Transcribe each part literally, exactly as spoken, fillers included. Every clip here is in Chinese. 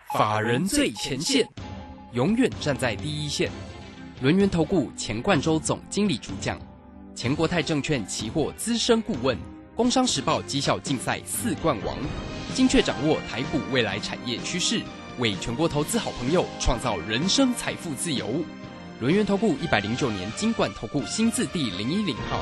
法人最前线，永远站在第一线。轮源投顾钱冠洲总经理主讲，前国泰证券期货资深顾问，工商时报绩效竞赛四冠王，精确掌握台股未来产业趋势，为全国投资好朋友创造人生财富自由。轮源投顾一百零九年金管投顾新字第零一零号。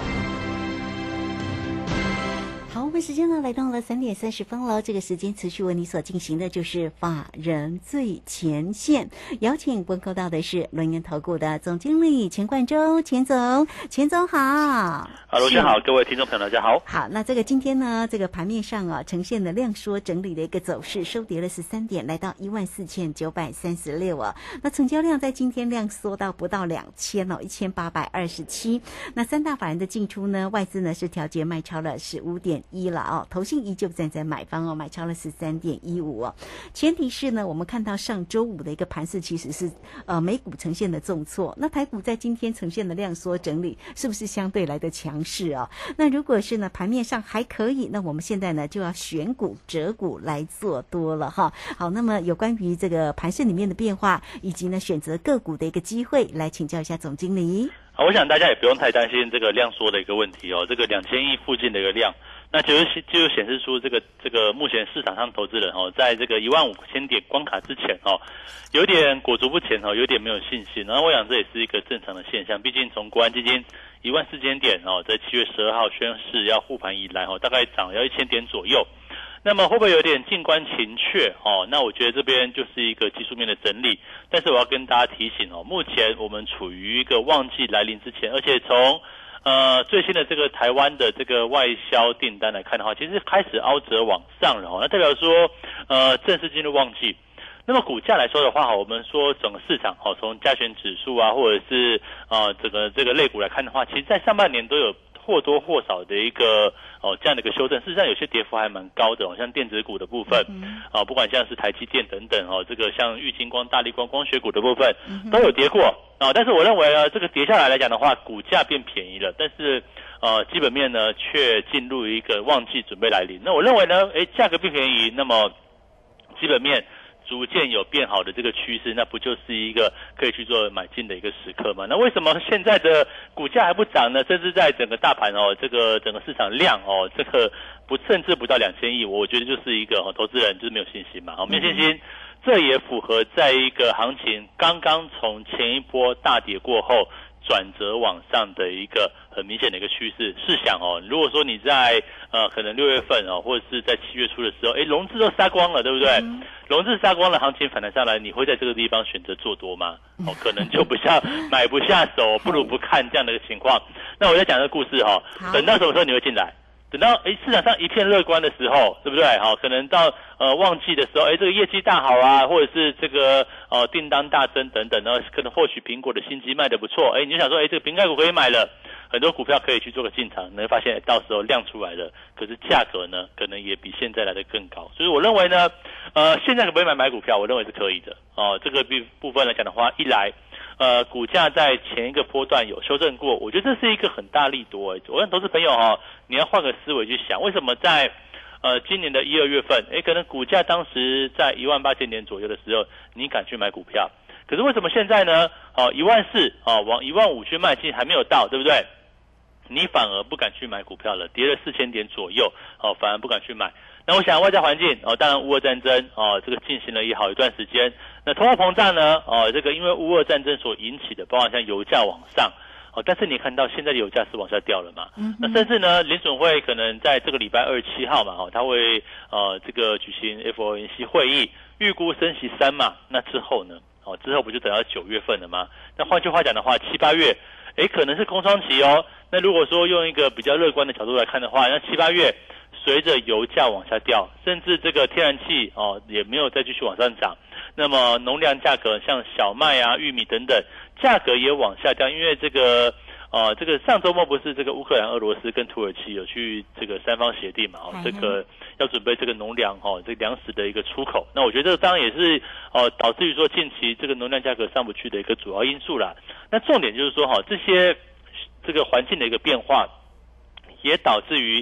好，我们时间呢来到了三点三十分了。这个时间持续为你所进行的就是法人最前线，邀请问候到的是轮源投顾的总经理钱冠洲，钱总，钱总好。 好，罗先好，各位听众朋友大家好。 好，那这个今天呢，这个盘面上啊呈现了量缩整理的一个走势，收跌了十三点，来到一万四千九百三十六啊。那成交量在今天量缩到不到两千哦，一千八百二十七。那三大法人的进出呢，外资呢是调节卖超了十五点一了哦，投信依旧站在买方哦，买超了十三点一五哦。前提是呢，我们看到上周五的一个盘势其实是呃美股呈现的重挫，那台股在今天呈现的量缩整理，是不是相对来的强势哦？那如果是呢盘面上还可以，那我们现在呢就要选股择股来做多了哈。好，那么有关于这个盘势里面的变化，以及呢选择个股的一个机会，来请教一下总经理。 好，我想大家也不用太担心这个量缩的一个问题哦，这个两千亿附近的一个量。那就是就显示出这个这个目前市场上投资人哦，在这个一万五千点关卡之前哦，有点裹足不前哦，有点没有信心。然后我想这也是一个正常的现象，毕竟从国安基金一万四千点哦，在七月十二号宣示要护盘以来哦，大概涨要一千点左右。那么会不会有点静观情却哦？那我觉得这边就是一个技术面的整理，但是我要跟大家提醒哦，目前我们处于一个旺季来临之前，而且从呃，最新的这个台湾的这个外销订单来看的话，其实开始凹折往上了哦，那代表说呃正式进入旺季。那么股价来说的话，我们说整个市场哦，从加权指数啊，或者是呃整个这个类股来看的话，其实在上半年都有或多或少的一个哦这样的一个修正，事实上有些跌幅还蛮高的哦，像电子股的部分啊、哦，不管像是台积电等等哦，这个像玉晶光、大立光、光学股的部分都有跌过啊、哦。但是我认为呢，这个跌下来来讲的话，股价变便宜了，但是呃基本面呢却进入一个旺季准备来临。那我认为呢，诶价格变便宜，那么基本面逐渐有变好的这个趋势，那不就是一个可以去做买进的一个时刻吗？那为什么现在的股价还不涨呢？甚至在整个大盘哦，这个整个市场量哦，这个不甚至不到两千亿，我觉得就是一个哦，投资人就是没有信心嘛，哦，没有信心，这也符合在一个行情刚刚从前一波大跌过后转折往上的一个很明显的一个趋势。试想哦，如果说你在呃可能六月份哦，或者是在七月初的时候，哎，融资都杀光了，对不对？嗯、融资杀光了，行情反弹上来，你会在这个地方选择做多吗？哦，可能就不像买不下手，不如不看这样的一个情况。那我在讲这个故事哈、哦，等到什么时候你会进来？等到诶市场上一片乐观的时候，对不对？好、哦，可能到呃旺季的时候，诶这个业绩大好啊，或者是这个呃订单大增等等，然后可能或许苹果的新机卖得不错，诶你就想说，诶这个瓶盖股可以买了，很多股票可以去做个进场，你会发现到时候量出来了，可是价格呢，可能也比现在来得更高。所以我认为呢，呃现在可不可以买买股票？我认为是可以的哦。这个部分来讲的话，一来。呃，股价在前一个波段有修正过，我觉得这是一个很大利多诶。我让投资朋友哈，你要换个思维去想，为什么在呃今年的一二月份，诶，可能股价当时在一万八千点左右的时候，你敢去买股票？可是为什么现在呢？哦，一万四哦，往一万五去迈进还没有到，对不对？你反而不敢去买股票了，跌了四千点左右，哦，反而不敢去买。那我想外在环境哦，当然乌俄战争哦，这个进行了也好一段时间。那通货膨胀呢？哦，这个因为乌俄战争所引起的，包括像油价往上哦，但是你看到现在的油价是往下掉了嘛？嗯。那甚至呢，联准会可能在这个礼拜二十七号嘛，哦，他会呃这个举行 F O M C 会议，预估升息三嘛。那之后呢？哦，之后不就等到九月份了吗？那换句话讲的话，七八月，诶，可能是空窗期哦。那如果说用一个比较乐观的角度来看的话，那七八月随着油价往下掉，甚至这个天然气哦也没有再继续往上涨，那么农粮价格像小麦啊、玉米等等价格也往下掉，因为这个呃这个上周末不是这个乌克兰、俄罗斯跟土耳其有去这个三方协定嘛，哦，这个要准备这个农粮哦这个粮食的一个出口，那我觉得这个当然也是哦导致于说近期这个农粮价格上不去的一个主要因素啦。那重点就是说哈、哦、这些这个环境的一个变化，也导致于。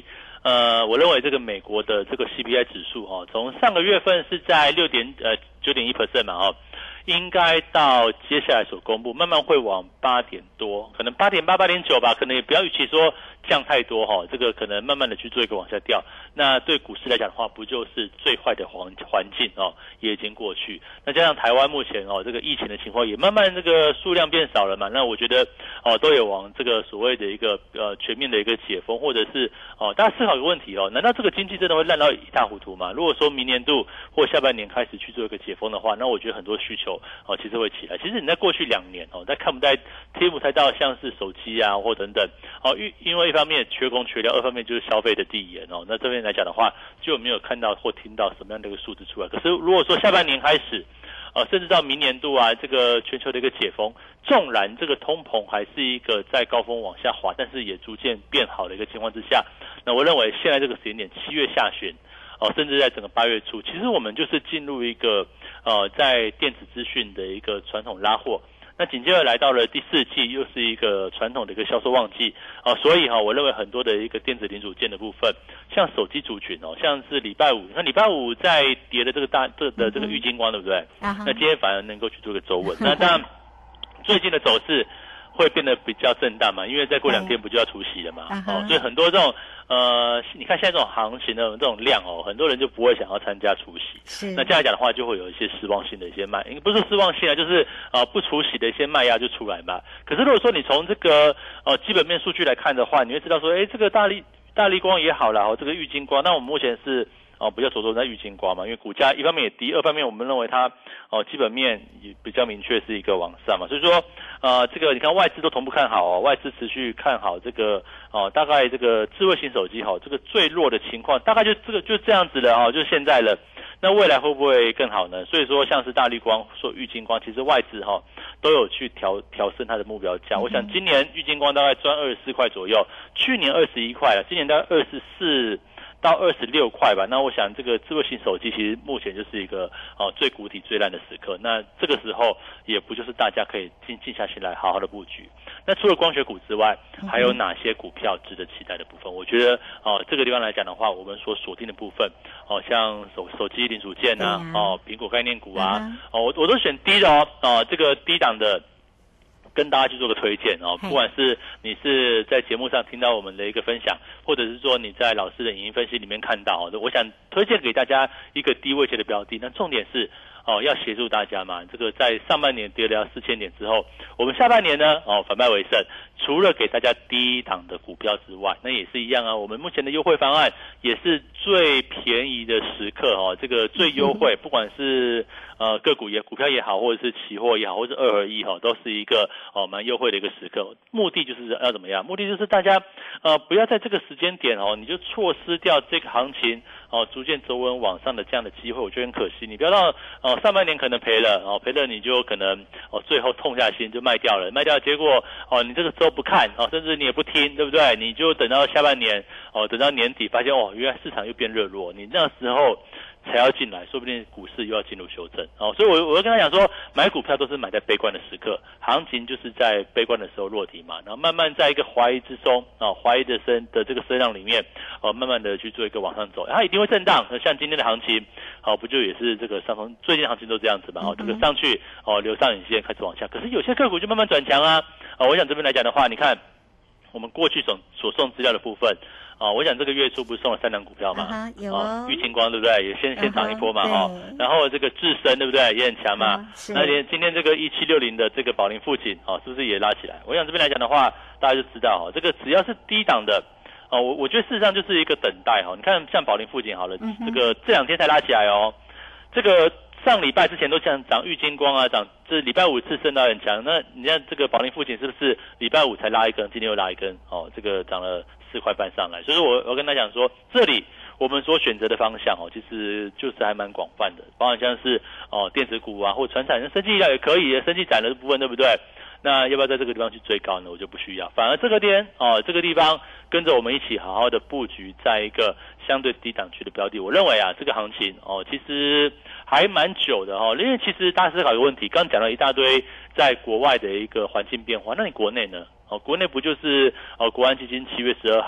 呃，我认为这个美国的这个 C P I 指数哦，从上个月份是在六点呃九点一 percent 嘛哦，应该到接下来所公布，慢慢会往八点多，可能八点八、八点九吧，可能也不要预期说降太多哈、哦，这个可能慢慢的去做一个往下掉。那对股市来讲的话，不就是最坏的环环境哦，也已经过去。那加上台湾目前哦这个疫情的情况也慢慢这个数量变少了嘛，那我觉得哦都有往这个所谓的一个呃全面的一个解封，或者是哦大家思考一个问题哦，难道这个经济真的会烂到一塌糊涂吗？如果说明年度或下半年开始去做一个解封的话，那我觉得很多需求哦其实会起来。其实你在过去两年哦，在看不太贴不太到像是手机啊或等等哦，因因为一方面缺工缺料，二方面就是消费的递延哦，那这边来讲的话就没有看到或听到什么样的一个数字出来。可是如果说下半年开始呃，甚至到明年度啊，这个全球的一个解封，纵然这个通膨还是一个在高峰往下滑，但是也逐渐变好的一个情况之下，那我认为现在这个时间点，七月下旬，哦、呃，甚至在整个八月初，其实我们就是进入一个呃，在电子资讯的一个传统拉货。那紧接着来到了第四季，又是一个传统的一个销售旺季啊、呃，所以哈、哦，我认为很多的一个电子零组件的部分，像手机族群哦，像是礼拜五，那礼拜五在跌的这个大这的这个玉金光，对不对？啊、那今天反而能够去做个走稳。那当然，最近的走势会变得比较震荡嘛，因为再过两天不就要除息了嘛，哦，所以很多这种呃，你看现在这种行情的这种量哦，很多人就不会想要参加除息。是。那这样来讲的话，就会有一些失望性的一些卖，不是失望性啊，就是呃不除息的一些卖压就出来嘛。可是如果说你从这个呃基本面数据来看的话，你会知道说，哎，这个大立大立光也好啦，哦，这个玉晶光，那我们目前是。哦，比较着重在玉晶光嘛，因为股价一方面也低，二方面我们认为它哦基本面也比较明确是一个往上嘛，所以说呃这个你看外资都同步看好哦，外资持续看好这个哦大概这个智慧型手机哈、哦、这个最弱的情况大概就这个就这样子了哦，就是现在了。那未来会不会更好呢？所以说像是大立光说玉晶光，其实外资哈、哦、都有去调调升它的目标价。嗯、我想今年玉晶光大概赚二十四块左右，去年二十一块了，今年大概二十四。到二十六块吧，那我想这个智慧型手机其实目前就是一个哦最谷底最烂的时刻，那这个时候也不就是大家可以静静下心来好好的布局。那除了光学股之外，还有哪些股票值得期待的部分？我觉得哦这个地方来讲的话，我们所锁定的部分哦像手手机零组件啊，啊哦苹果概念股啊，嗯、哦我我都选低的哦，哦这个低档的。跟大家去做个推荐哦，不管是你是在节目上听到我们的一个分享，或者是说你在老师的影音分析里面看到哦，我想推荐给大家一个低位阶的标的。那重点是哦，要协助大家嘛，这个在上半年跌了四千点之后，我们下半年呢哦反败为胜，除了给大家低档的股票之外，那也是一样啊。我们目前的优惠方案也是最便宜的时刻哦，这个最优惠，不管是呃个股也股票也好，或者是期货也好，或者是二合一哈，都是一个哦蛮优惠的一个时刻。目的就是要怎么样？目的就是大家呃不要在这个时间点哦，你就错失掉这个行情哦逐渐走稳往上的这样的机会，我觉得很可惜。你不要到哦上半年可能赔了哦赔了你就可能哦最后痛下心就卖掉了，卖掉结果哦你这个时候不看哦，甚至你也不听，对不对？你就等到下半年哦等到年底发现哦原来市场又变热络，你那时候才要进来，说不定股市又要进入修正哦，所以我我要跟他讲说，买股票都是买在悲观的时刻，行情就是在悲观的时候落底嘛，然后慢慢在一个怀疑之中啊、哦，怀疑的声的这个声浪里面，哦，慢慢的去做一个往上走，它一定会震荡，像今天的行情，哦，不就也是这个上方，最近行情都这样子嘛，哦，这个上去哦留上影线开始往下，可是有些个股就慢慢转强啊，哦，我想这边来讲的话，你看我们过去所所送资料的部分。哦，我想这个月初不是送了三档股票嘛？啊、uh-huh, 有哦，玉晶光对不对？也先先涨一波嘛哈、uh-huh, 然后这个智深对不对？也很强嘛。Uh-huh, 那连今天这个一七六零的这个宝林富锦哦，是不是也拉起来？我想这边来讲的话，大家就知道哦，这个只要是低档的哦，我我觉得事实上就是一个等待哈、哦。你看像宝林富锦好了， uh-huh. 这个这两天才拉起来哦，这个。上礼拜之前都像涨玉晶光啊，涨这礼拜五次升到很强。那你看这个宝林富锦是不是礼拜五才拉一根，今天又拉一根？哦，这个涨了四块半上来。所以我我跟他讲说，这里我们所选择的方向哦，其实就是还蛮广泛的，包含像是哦电子股啊，或传产、生技医疗也可以，生技展的部分对不对？那要不要在这个地方去追高呢？我就不需要，反而这个点哦，这个地方跟着我们一起好好的布局，在一个相对低档区的标的，我认为啊，这个行情哦，其实还蛮久的哦。因为其实大家思考一个问题，刚刚讲了一大堆在国外的一个环境变化，那你国内呢？哦，国内不就是哦国安基金七月十二号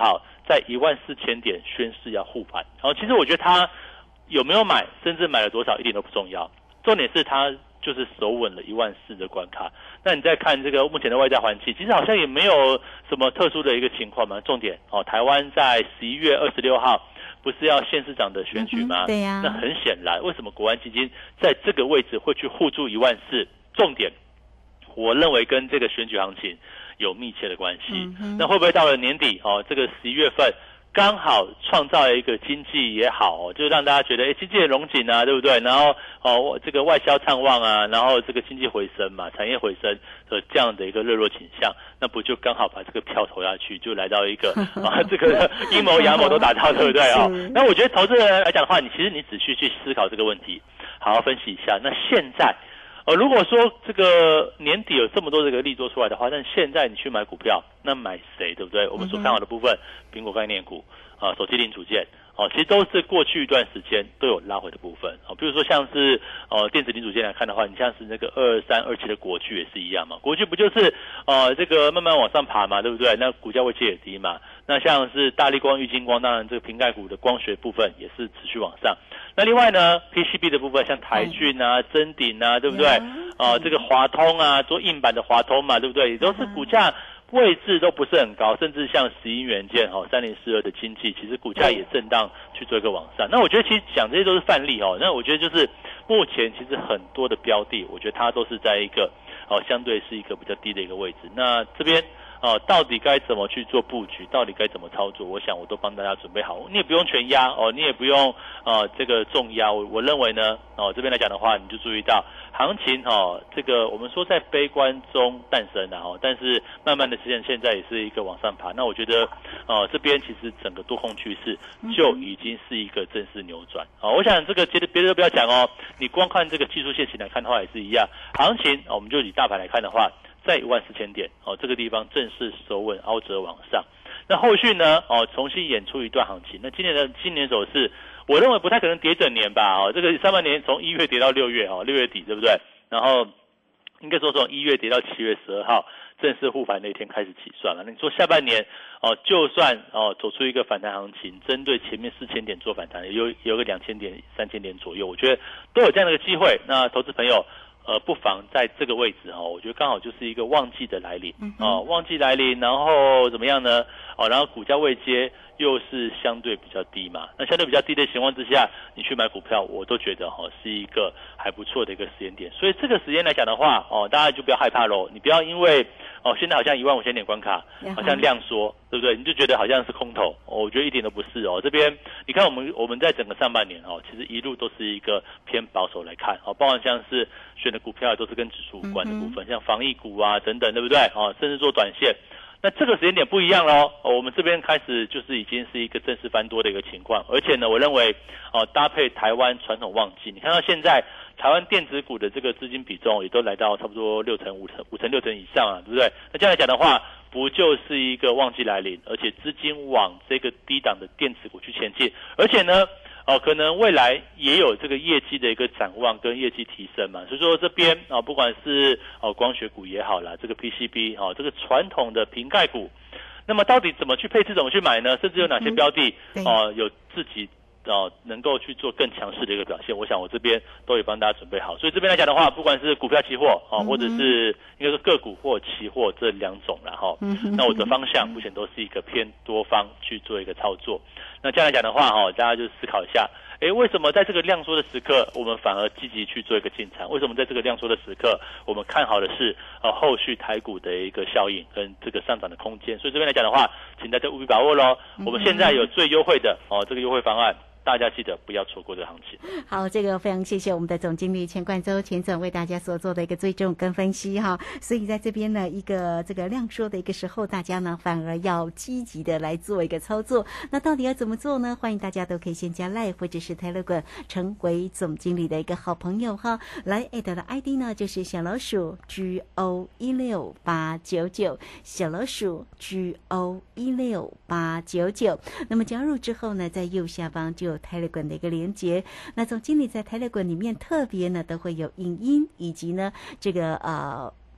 在一万四千点宣示要护盘。然后其实我觉得他有没有买，甚至买了多少一点都不重要，重点是他就是守稳了一万四的关卡。那你再看这个目前的外在环境，其实好像也没有什么特殊的一个情况嘛。重点哦，台湾在十一月二十六号不是要县市长的选举吗？ 嗯、对呀、啊。 那很显然，为什么国安基金在这个位置会去护住一万四？重点，我认为跟这个选举行情有密切的关系。嗯、那会不会到了年底哦，这个十一月份？刚好创造了一个经济也好、哦，就让大家觉得，哎，经济很荣景啊，对不对？然后哦，这个外销畅旺啊，然后这个经济回升嘛，产业回升的这样的一个热络倾向，那不就刚好把这个票投下去，就来到一个啊，这个阴谋阳谋都达到，对不对啊、哦？那我觉得投资人来讲的话，你其实你只需去思考这个问题，好好分析一下。那现在。呃，如果说这个年底有这么多这个利多出来的话，那现在你去买股票，那买谁，对不对？我们所看好的部分，苹果概念股啊、呃，手机零组件，哦、呃，其实都是过去一段时间都有拉回的部分啊、呃。比如说像是呃电子零组件来看的话，你像是那个二三二七的国巨也是一样嘛，国巨不就是呃这个慢慢往上爬嘛，对不对？那股价位阶也低嘛。那像是大立光、玉晶光，当然这个瓶盖股的光学部分也是持续往上。那另外呢 ，P C B 的部分，像台骏啊、臻鼎啊，对不对？啊、呃，这个华通啊，做硬板的华通嘛，对不对？也都是股价位置都不是很高，甚至像石英元件哦，三零四二的经济，其实股价也震荡去做一个往上。那我觉得其实讲这些都是范例哦。那我觉得就是目前其实很多的标的，我觉得它都是在一个哦相对是一个比较低的一个位置。那这边。哦，到底该怎么去做布局？到底该怎么操作？我想我都帮大家准备好。你也不用全压哦，你也不用呃这个重压。我我认为呢，哦这边来讲的话，你就注意到行情哦，这个我们说在悲观中诞生的哦，但是慢慢的实现现在也是一个往上爬。那我觉得哦这边其实整个多空趋势就已经是一个正式扭转。哦，我想这个别的别的都不要讲哦，你光看这个技术线型来看的话也是一样。行情、哦、我们就以大盘来看的话。在一万四千点哦，这个地方正式守稳凹折往上。那后续呢？哦，重新演出一段行情。那今年的今年走势，我认为不太可能跌整年吧？哦，这个上半年从一月跌到六月哦，六月底对不对？然后应该说从一月跌到七月十二号，正式护盘那天开始起算了。那你说下半年哦，就算哦走出一个反弹行情，针对前面四千点做反弹，有有个两千点、三千点左右，我觉得都有这样的一个机会。那投资朋友。呃，不妨在这个位置哈、哦，我觉得刚好就是一个旺季的来临哦，旺季来临，然后怎么样呢？哦，然后股价位阶又是相对比较低嘛，那相对比较低的情况之下，你去买股票，我都觉得哈、哦、是一个还不错的一个时间点。所以这个时间来讲的话，哦，大家就不要害怕喽，你不要因为哦现在好像一万五千点关卡，好像量缩，对不对？你就觉得好像是空头，哦、我觉得一点都不是哦。这边你看我们我们在整个上半年哦，其实一路都是一个偏保守来看，哦，包含像是选的股票都是跟指数无关的部分，嗯、像防疫股啊等等，对不对？哦，甚至做短线。那这个时间点不一样咯、哦、我们这边开始就是已经是一个正式翻多的一个情况，而且呢，我认为哦搭配台湾传统旺季，你看到现在台湾电子股的这个资金比重也都来到差不多六成、五成、五成六成以上啊，对不对？那这样来讲的话，不就是一个旺季来临，而且资金往这个低档的电子股去前进，而且呢。哦，可能未来也有这个业绩的一个展望跟业绩提升嘛，所以说这边啊、哦，不管是哦光学股也好啦，这个 P C B 哦，这个传统的瓶盖股，那么到底怎么去配置，怎么去买呢？甚至有哪些标的、嗯、哦有自己哦能够去做更强势的一个表现？我想我这边都有帮大家准备好，所以这边来讲的话，不管是股票期货哦，或者是应该是个股或期货这两种啦哈、哦，那我的方向目前都是一个偏多方去做一个操作。那这样来讲的话，哈，大家就思考一下，诶，为什么在这个量缩的时刻，我们反而积极去做一个进场？为什么在这个量缩的时刻，我们看好的是呃后续台股的一个效应跟这个上涨的空间？所以这边来讲的话，请大家务必把握咯。我们现在有最优惠的哦，这个优惠方案。大家记得不要错过这个行情。 好，这个非常谢谢我们的总经理钱冠周钱总为大家所做的一个追踪跟分析哈。所以在这边呢，一个这个量缩的一个时候，大家呢反而要积极的来做一个操作。那到底要怎么做呢？欢迎大家都可以先加 Line 或者是 Telegram 成为总经理的一个好朋友哈。来 at 的 I D 呢就是小老鼠 G O 一六八九九， 小老鼠 G O 一六八九九。那么加入之后呢，在右下方就有Telegram 的一个连结，那总经理在 Telegram 里面特别呢都会有影音以及呢这个呃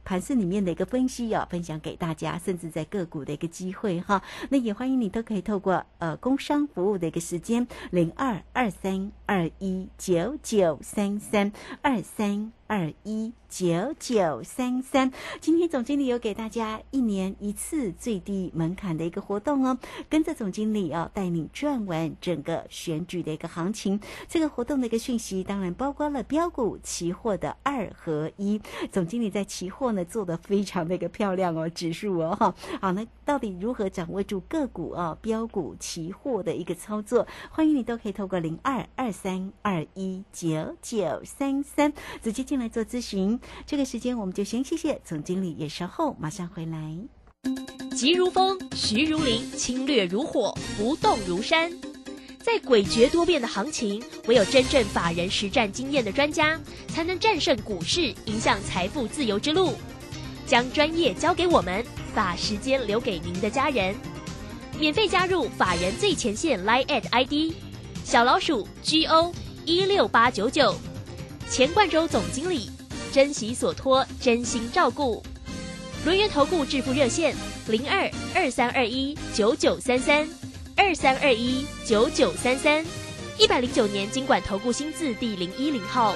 盘市里面的一个分析哦，分享给大家，甚至在个股的一个机会哈。那也欢迎你都可以透过呃工商服务的一个时间零二二三二一九九三三二三二一九九三三。今天总经理有给大家一年一次最低门槛的一个活动哦，跟着总经理哦带你赚完整个选举的一个行情。这个活动的一个讯息当然包括了标股期货的二合一，总经理在期货呢做得非常的一个漂亮哦，指数哦哈。好，那到底如何掌握住个股哦标股期货的一个操作？欢迎你都可以透过零二二三二一九九三三直接进来做咨询。这个时间我们就先谢谢总经理，也稍后马上回来。 急如风，徐如林，侵略如火，不动如山。在诡谲多变的行情，唯有真正法人实战经验的专家，才能战胜股市，迎向财富自由之路。将专业交给我们，把时间留给您的家人。免费加入法人最前线 Line at I D 小老鼠 G O 一六八九九，钱冠洲总经理，珍惜所托，真心照顾。轮源投顾致富热线零二二三二一九九三三二三二一九九三三，一百零九年金管投顾新字第零一零号。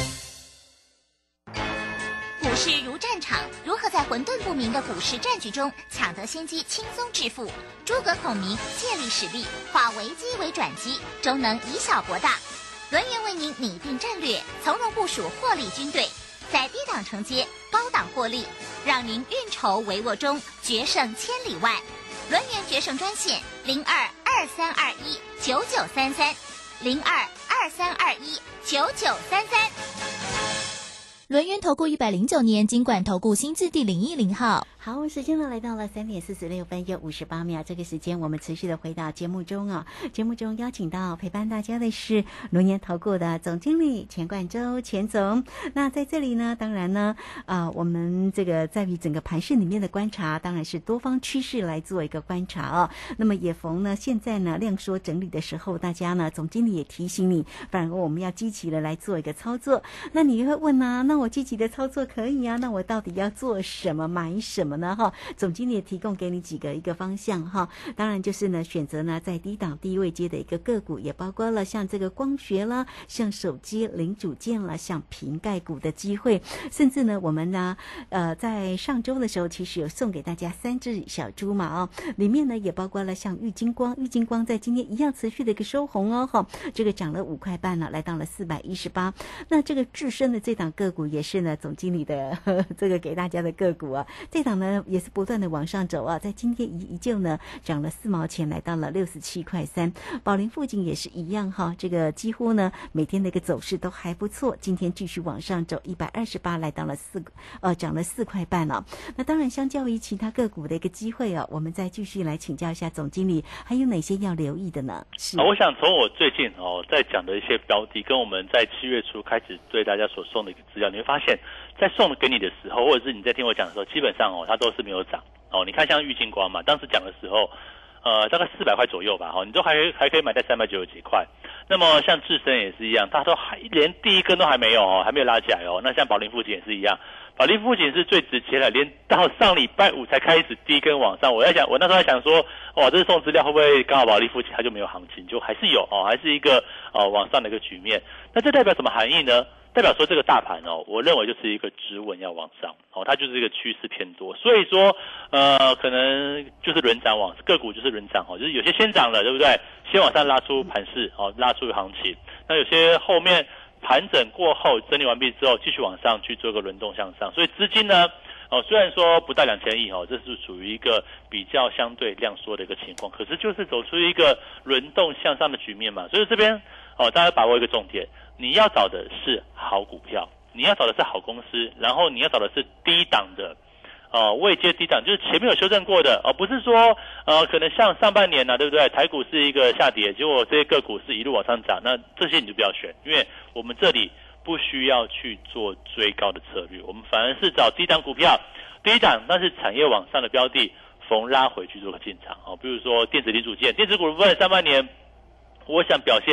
股市如战场，如何在混沌不明的股市战局中抢得先机，轻松致富？诸葛孔明借力使力，化危机为转机，终能以小博大。轮源为您拟定战略，从容部署获利军队，在低档承接，高档获利，让您运筹帷幄中决胜千里外。轮源决胜专线零二二三二一九九三三零二二三二一九九三三。 轮源投顾一百零九年金管投顾新字第零一零号。 好，时间呢来到了三点四十六分又五十八秒，这个时间我们持续的回到节目中啊。节目中邀请到陪伴大家的是轮源投顾的总经理钱冠洲钱总。那在这里呢，当然呢，呃，我们这个在于整个盘市里面的观察，当然是多方趋势来做一个观察哦。那么也逢呢，现在呢量缩整理的时候，大家呢总经理也提醒你，反而我们要积极的来做一个操作。那你会问啊，那我积极的操作可以啊，那我到底要做什么，买什么呢？哈，总经理也提供给你几个一个方向哈。当然就是呢，选择呢在低档低位阶的一个个股，也包括了像这个光学啦，像手机零组件啦，像瓶盖股的机会，甚至呢我们呢呃在上周的时候，其实有送给大家三只小猪嘛哦，里面呢也包括了像玉晶光，玉晶光在今天一样持续的一个收红哦哈，这个涨了五块半了，来到了四百一十八。那这个智深的这档个股也是呢总经理的呵呵这个给大家的个股啊，这档呢也是不断的往上走啊，在今天依依旧呢涨了四毛钱，来到了六十七块三。宝林附近也是一样哈，这个几乎呢每天的一个走势都还不错，今天继续往上走，一百二十八来到了四呃涨了四块半了。那当然相较于其他个股的一个机会啊，我们再继续来请教一下总经理，还有哪些要留意的呢？是， 我想从我最近哦在讲的一些标的，跟我们在七月初开始对大家所送的一个资料，你会发现在送给你的时候，或者是你在听我讲的时候，基本上哦它都是没有涨哦。你看像玉晶光嘛，当时讲的时候，呃大概四百块左右吧，哦你都还还可以买在三百九十几块。那么像智深也是一样，它都还连第一根都还没有哦，还没有拉起来哦。那像宝林附近也是一样，宝林附近是最直接的，连到上礼拜五才开始第一根往上。我在想，我那时候在想说，哇，这是送资料会不会刚好宝林附近它就没有行情，就还是有哦，还是一个呃往上的一个局面。那这代表什么含义呢？代表说这个大盘哦，我认为就是一个止稳要往上哦，它就是一个趋势偏多，所以说呃可能就是轮涨往个股就是轮涨哦，就是有些先涨了，对不对？先往上拉出盘势哦，拉出行情。那有些后面盘整过后整理完毕之后，继续往上去做个轮动向上，所以资金呢哦虽然说不到两千亿哦，这是属于一个比较相对量缩的一个情况，可是就是走出一个轮动向上的局面嘛，所以这边哦大家把握一个重点。你要找的是好股票，你要找的是好公司，然后你要找的是低档的，呃，位阶低档，就是前面有修正过的，而、呃、不是说呃，可能像上半年呢、啊，对不对？台股是一个下跌，结果这些个股是一路往上涨，那这些你就不要选，因为我们这里不需要去做追高的策略，我们反而是找低档股票，低档但是产业往上的标的，逢拉回去做个进场哦。比如说电子零组件，电子股部分上半年，我想表现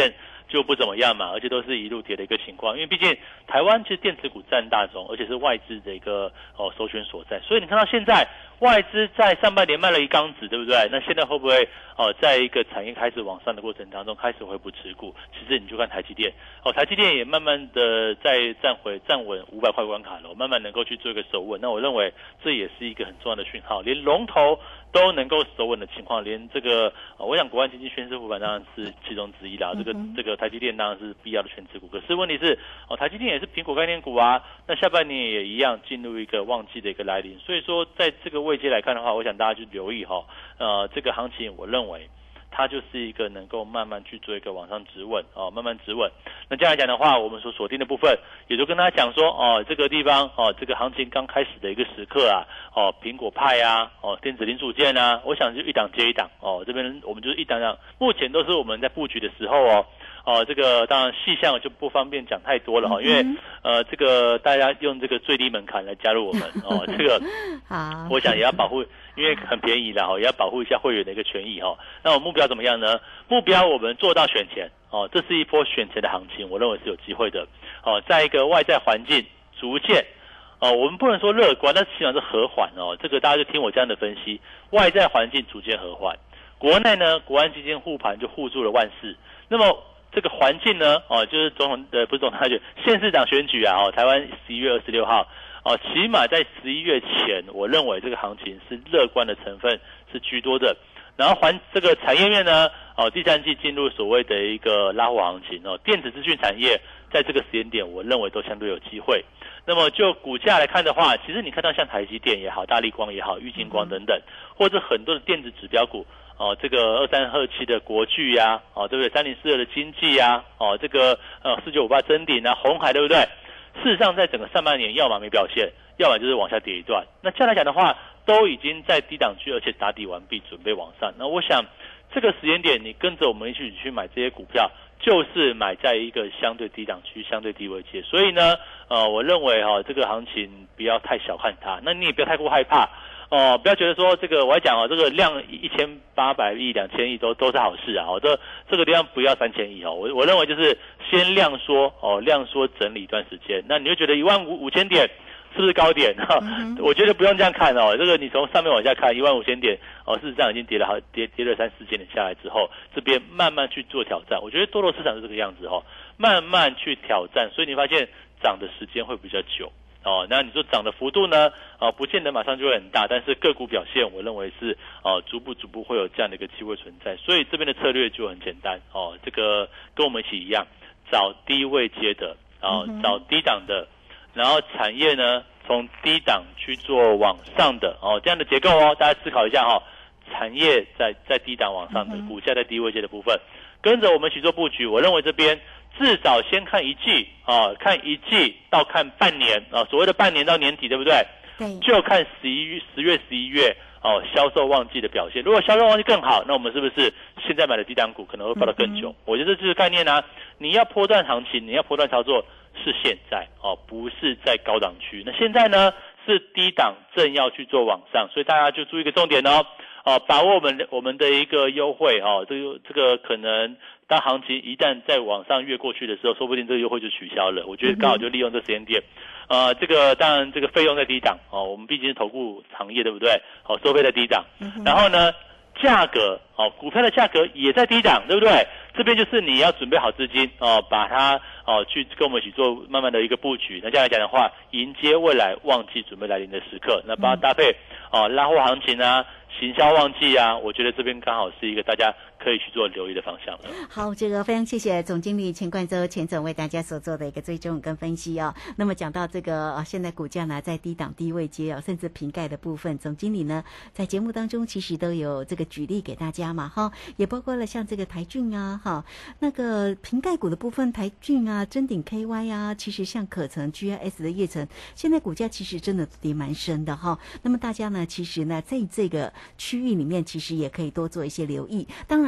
就不怎么样嘛，而且都是一路跌的一个情况。因为毕竟台湾其实电子股占大宗，而且是外资的一个哦首选所在，所以你看到现在外资在上半年卖了一缸子，对不对？那现在会不会哦，在一个产业开始往上的过程当中，开始回补持股？其实你就看台积电，哦，台积电也慢慢的在站回站稳五百块关卡了，慢慢能够去做一个守稳。那我认为这也是一个很重要的讯号，连龙头都能够守稳的情况，连这个、哦、我想国安基金宣示护盘当然是其中之一啦。这个这个台积电当然是必要的全持股，可是问题是哦，台积电也是苹果概念股啊，那下半年也一样进入一个旺季的一个来临，所以说在这个位阶来看的话，我想大家就留意哈、哦，呃，这个行情我认为它就是一个能够慢慢去做一个往上止稳哦，慢慢止稳。那这样来讲的话，我们所锁定的部分，也就跟大家讲说哦，这个地方哦，这个行情刚开始的一个时刻啊，哦，苹果派啊，哦，电子零组件啊，我想就一档接一档哦，这边我们就是一档档，目前都是我们在布局的时候哦。哦，这个当然细项就不方便讲太多了哈，因为呃，这个大家用这个最低门槛来加入我们哦，这个好，我想也要保护，因为很便宜啦哈，也要保护一下会员的一个权益哈。那我目标怎么样呢？目标我们做到选前哦，这是一波选前的行情，我认为是有机会的哦，在一个外在环境逐渐哦，我们不能说乐观，但是起码是和缓哦。这个大家就听我这样的分析，外在环境逐渐和缓，国内呢，国安基金护盘就护住了万事，那么。这个环境呢，哦，就是总统呃，不是总统大选，县市长选举啊，哦，台湾十一月二十六号，哦，起码在十一月前，我认为这个行情是乐观的成分是居多的。然后环这个产业面呢，哦，第三季进入所谓的一个拉货行情哦，电子资讯产业在这个时间点，我认为都相对有机会。那么就股价来看的话，其实你看到像台积电也好，大立光也好，玉晶光等等，或者很多的电子指标股。哦，这个二三二七的国巨呀、啊，哦，对不对？三零四二的经济呀、啊，哦，这个呃四九五八臻鼎啊，鸿海，对不对？事实上，在整个上半年，要么没表现，要么就是往下跌一段。那这样来讲的话，都已经在低档区，而且打底完毕，准备往上。那我想，这个时间点，你跟着我们一起去买这些股票，就是买在一个相对低档区、相对低位阶。所以呢，呃，我认为哈、哦，这个行情不要太小看它，那你也不要太过害怕。哦，不要觉得说这个，我还讲哦，这个量一千八百亿、两千亿都都是好事啊！哦，这这个地方不要三千亿哦，我我认为就是先量缩哦，量缩整理一段时间，那你就觉得一万五五千点是不是高点？哈、嗯，我觉得不用这样看哦，这个你从上面往下看一万五千点哦，事实上已经跌了好跌跌了三四千点下来之后，这边慢慢去做挑战，我觉得多头市场是这个样子哦，慢慢去挑战，所以你发现涨的时间会比较久。哦，那你说涨的幅度呢？哦，不见得马上就会很大，但是个股表现，我认为是哦，逐步逐步会有这样的一个机会存在。所以这边的策略就很简单哦，这个跟我们一起一样，找低位接的，哦，找低档的，然后产业呢从低档去做往上的哦，这样的结构哦，大家思考一下哦，产业在在低档往上的，股价在低位接的部分，跟着我们一起做布局。我认为这边。至少先看一季啊，看一季到看半年啊，所谓的半年到年底，对不对？对，就看十一月、十月、十一月哦，销售旺季的表现。如果销售旺季更好，那我们是不是现在买的低档股可能会抱得更久？嗯、我觉得这就是概念啊。你要波段行情，你要波段操作是现在哦，不是在高档区。那现在呢是低档正要去做往上，所以大家就注意一个重点哦。哦，把握我们我们的一个优惠哦，这个这个可能当行情一旦在往上越过去的时候，说不定这个优惠就取消了。我觉得刚好就利用这时间点，呃，这个当然这个费用在低档哦，我们毕竟是投顾行业，对不对？哦，收费在低档，然后呢，价格哦，股票的价格也在低档，对不对？这边就是你要准备好资金哦，把它哦去跟我们一起做慢慢的一个布局。那这样来讲的话，迎接未来旺季准备来临的时刻，那把它搭配哦拉货行情啊。行销旺季啊，我觉得这边刚好是一个大家可以去做留意的方向了。 好，这个非常谢谢总经理钱冠周钱总为大家所做的一个追踪跟分析哦。那么讲到这个啊，现在股价呢在低档低位接哦，甚至瓶盖的部分，总经理呢在节目当中其实都有这个举例给大家嘛哈，也包括了像这个台骏啊哈，那个瓶盖股的部分，台骏啊、臻鼎 K Y 啊，其实像可成 G I S 的业成，现在股价其实真的跌蛮深的哈。那么大家呢，其实呢在这个区域里面其实也可以多做一些留意。当然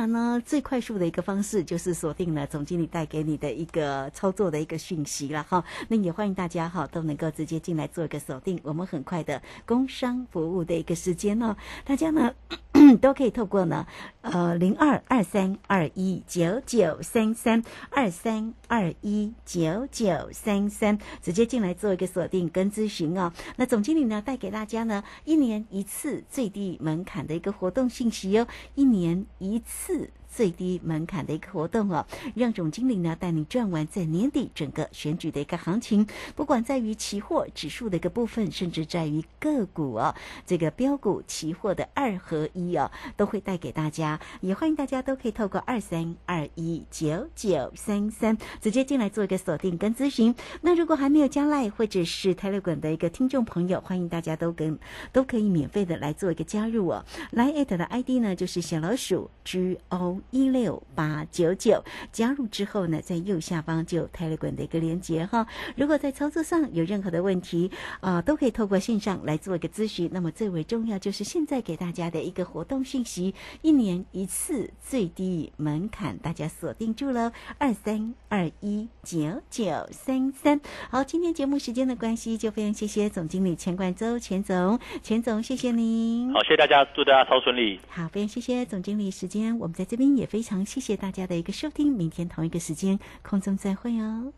然呢，最快速的一个方式就是锁定了总经理带给你的一个操作的一个讯息了哈。那也欢迎大家哈都能够直接进来做一个锁定，我们很快的工商服务的一个时间哦，大家呢都可以透过呢呃零二二三二一九九三三二三二一九九三三直接进来做一个锁定跟咨询哦。那总经理呢带给大家呢一年一次最低门槛的一个活动信息哦，一年一次最低门槛的一个活动哦，让总经理呢带你赚完在年底整个选举的一个行情，不管在于期货指数的一个部分，甚至在于个股哦，这个标股期货的二合一哦，都会带给大家。也欢迎大家都可以透过二三二一九九三三直接进来做一个锁定跟咨询。那如果还没有加赖或者是 Telegram 的一个听众朋友，欢迎大家都跟都可以免费的来做一个加入哦。来 at 的 I D 呢就是小老鼠 G O。一六八九九加入之后呢，在右下方就有 Telegram 的一个连结哈。如果在操作上有任何的问题啊、呃，都可以透过线上来做一个咨询。那么最为重要就是现在给大家的一个活动讯息，一年一次最低门槛，大家锁定住了二三二一九九三三。好，今天节目时间的关系，就非常谢谢总经理钱冠周钱总，钱总谢谢您。 好，谢谢大家，祝大家超顺利。 好，非常谢谢总经理，时间我们在这边也非常谢谢大家的一个收听，明天同一个时间空中再会哦。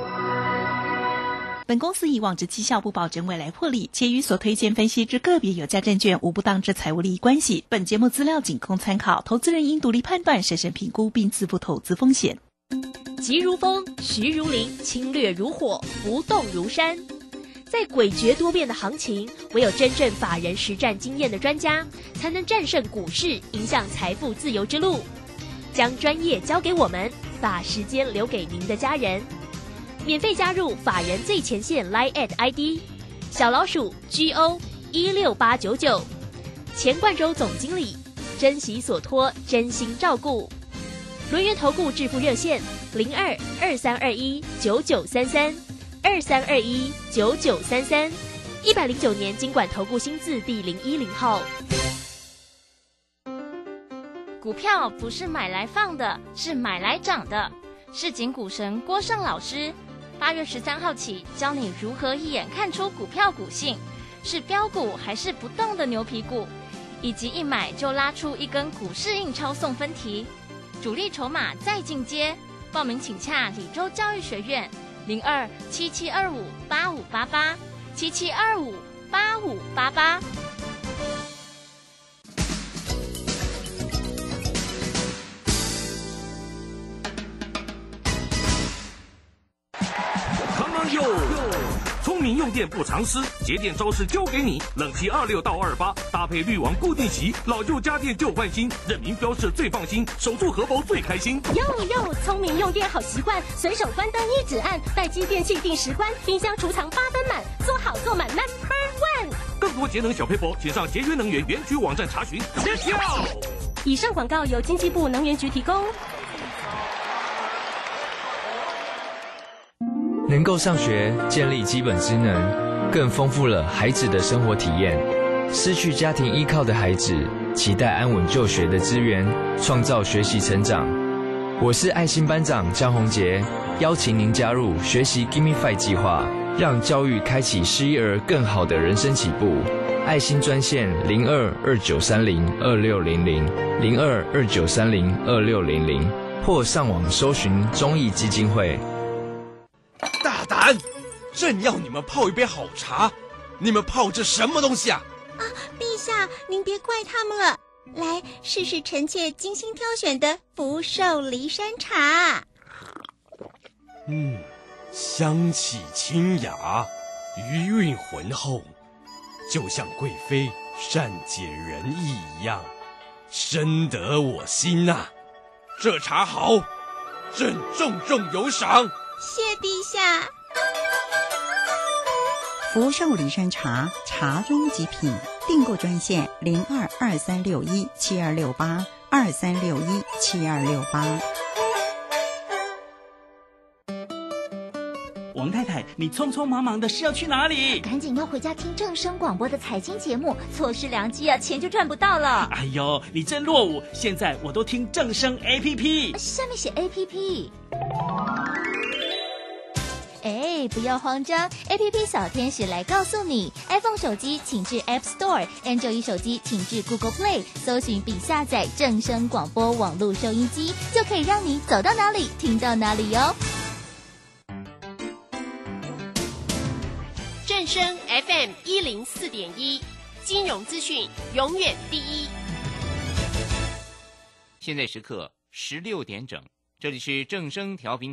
本公司以往之绩效不保证未来获利，且与所推荐分析之个别有价证券无不当之财务利益关系。本节目资料仅供参考，投资人应独立判断、审慎评估并自负投资风险。 急如风，徐如林，侵略如火，不动如山。在诡谲多变的行情，唯有真正法人实战经验的专家，才能战胜股市，迎向财富自由之路。将专业交给我们，把时间留给您的家人。免费加入法人最前线 Line at I D 小老鼠 G O 一六八九九，钱冠周总经理，珍惜所托，真心照顾。轮源投顾致富热线零二二三二一九九三三二三二一九九三三，一百零九年金管投顾新字第零一零号。 股票不是买来放的，是买来涨的。市井股神郭胜老师，八月十三号起教你如何一眼看出股票股性，是标股还是不动的牛皮股，以及一买就拉出一根股市印钞送分题，主力筹码再进阶。报名请洽李州教育学院零二七七二五八五八八七七二五八五八八。 聪明用电不藏私，节电招式教给你。冷气二六到二八，搭配滤网固定器，老旧家电旧换新，认明标示最放心，守住荷包最开心。 哟哟，聪明用电好习惯，随手关灯一指按，待机电器定时关，冰箱储藏八分满，做好做满 number one。 更多节能小撇步，请上节约能源园区网站查询。Let's go！ 以上广告由经济部能源局提供。 能够上学，建立基本职能，更丰富了孩子的生活体验。失去家庭依靠的孩子，期待安稳就学的资源，创造学习成长。我是爱心班长江宏杰，邀请您加入学习 Give Me Five 计划，让教育开启失依儿更好的人生起步。爱心专线零二二九三零二六零零零二二九三零二六零零，或上网搜寻忠义基金会。 大胆！正要你们泡一杯好茶，你们泡这什么东西啊？ 啊，陛下，您别怪他们了。来，试试臣妾精心挑选的福寿梨山茶。 嗯，香气清雅，余韵浑厚，就像贵妃善解人意一样，深得我心呐、啊。这茶好，朕重重有赏。 谢陛下。 福寿梨山茶，茶中极品。订购专线零二二三六一七二六八二三六一七二六八。 王太太，你匆匆忙忙的是要去哪里？ 赶紧要回家听正声广播的财经节目，错失良机啊，钱就赚不到了。 哎呦，你真落伍！现在我都听正声 A P P， 下面写 A P P。 哎，不要慌张 ，A P P 小天使来告诉你 ，iPhone 手机请至 App Store，Android 手机请至 Google Play， 搜寻并下载正声广播网络收音机，就可以让你走到哪里听到哪里哟。 正声 F M 一零四点一，金融资讯永远第一。 现在时刻十六点整，这里是正声调频。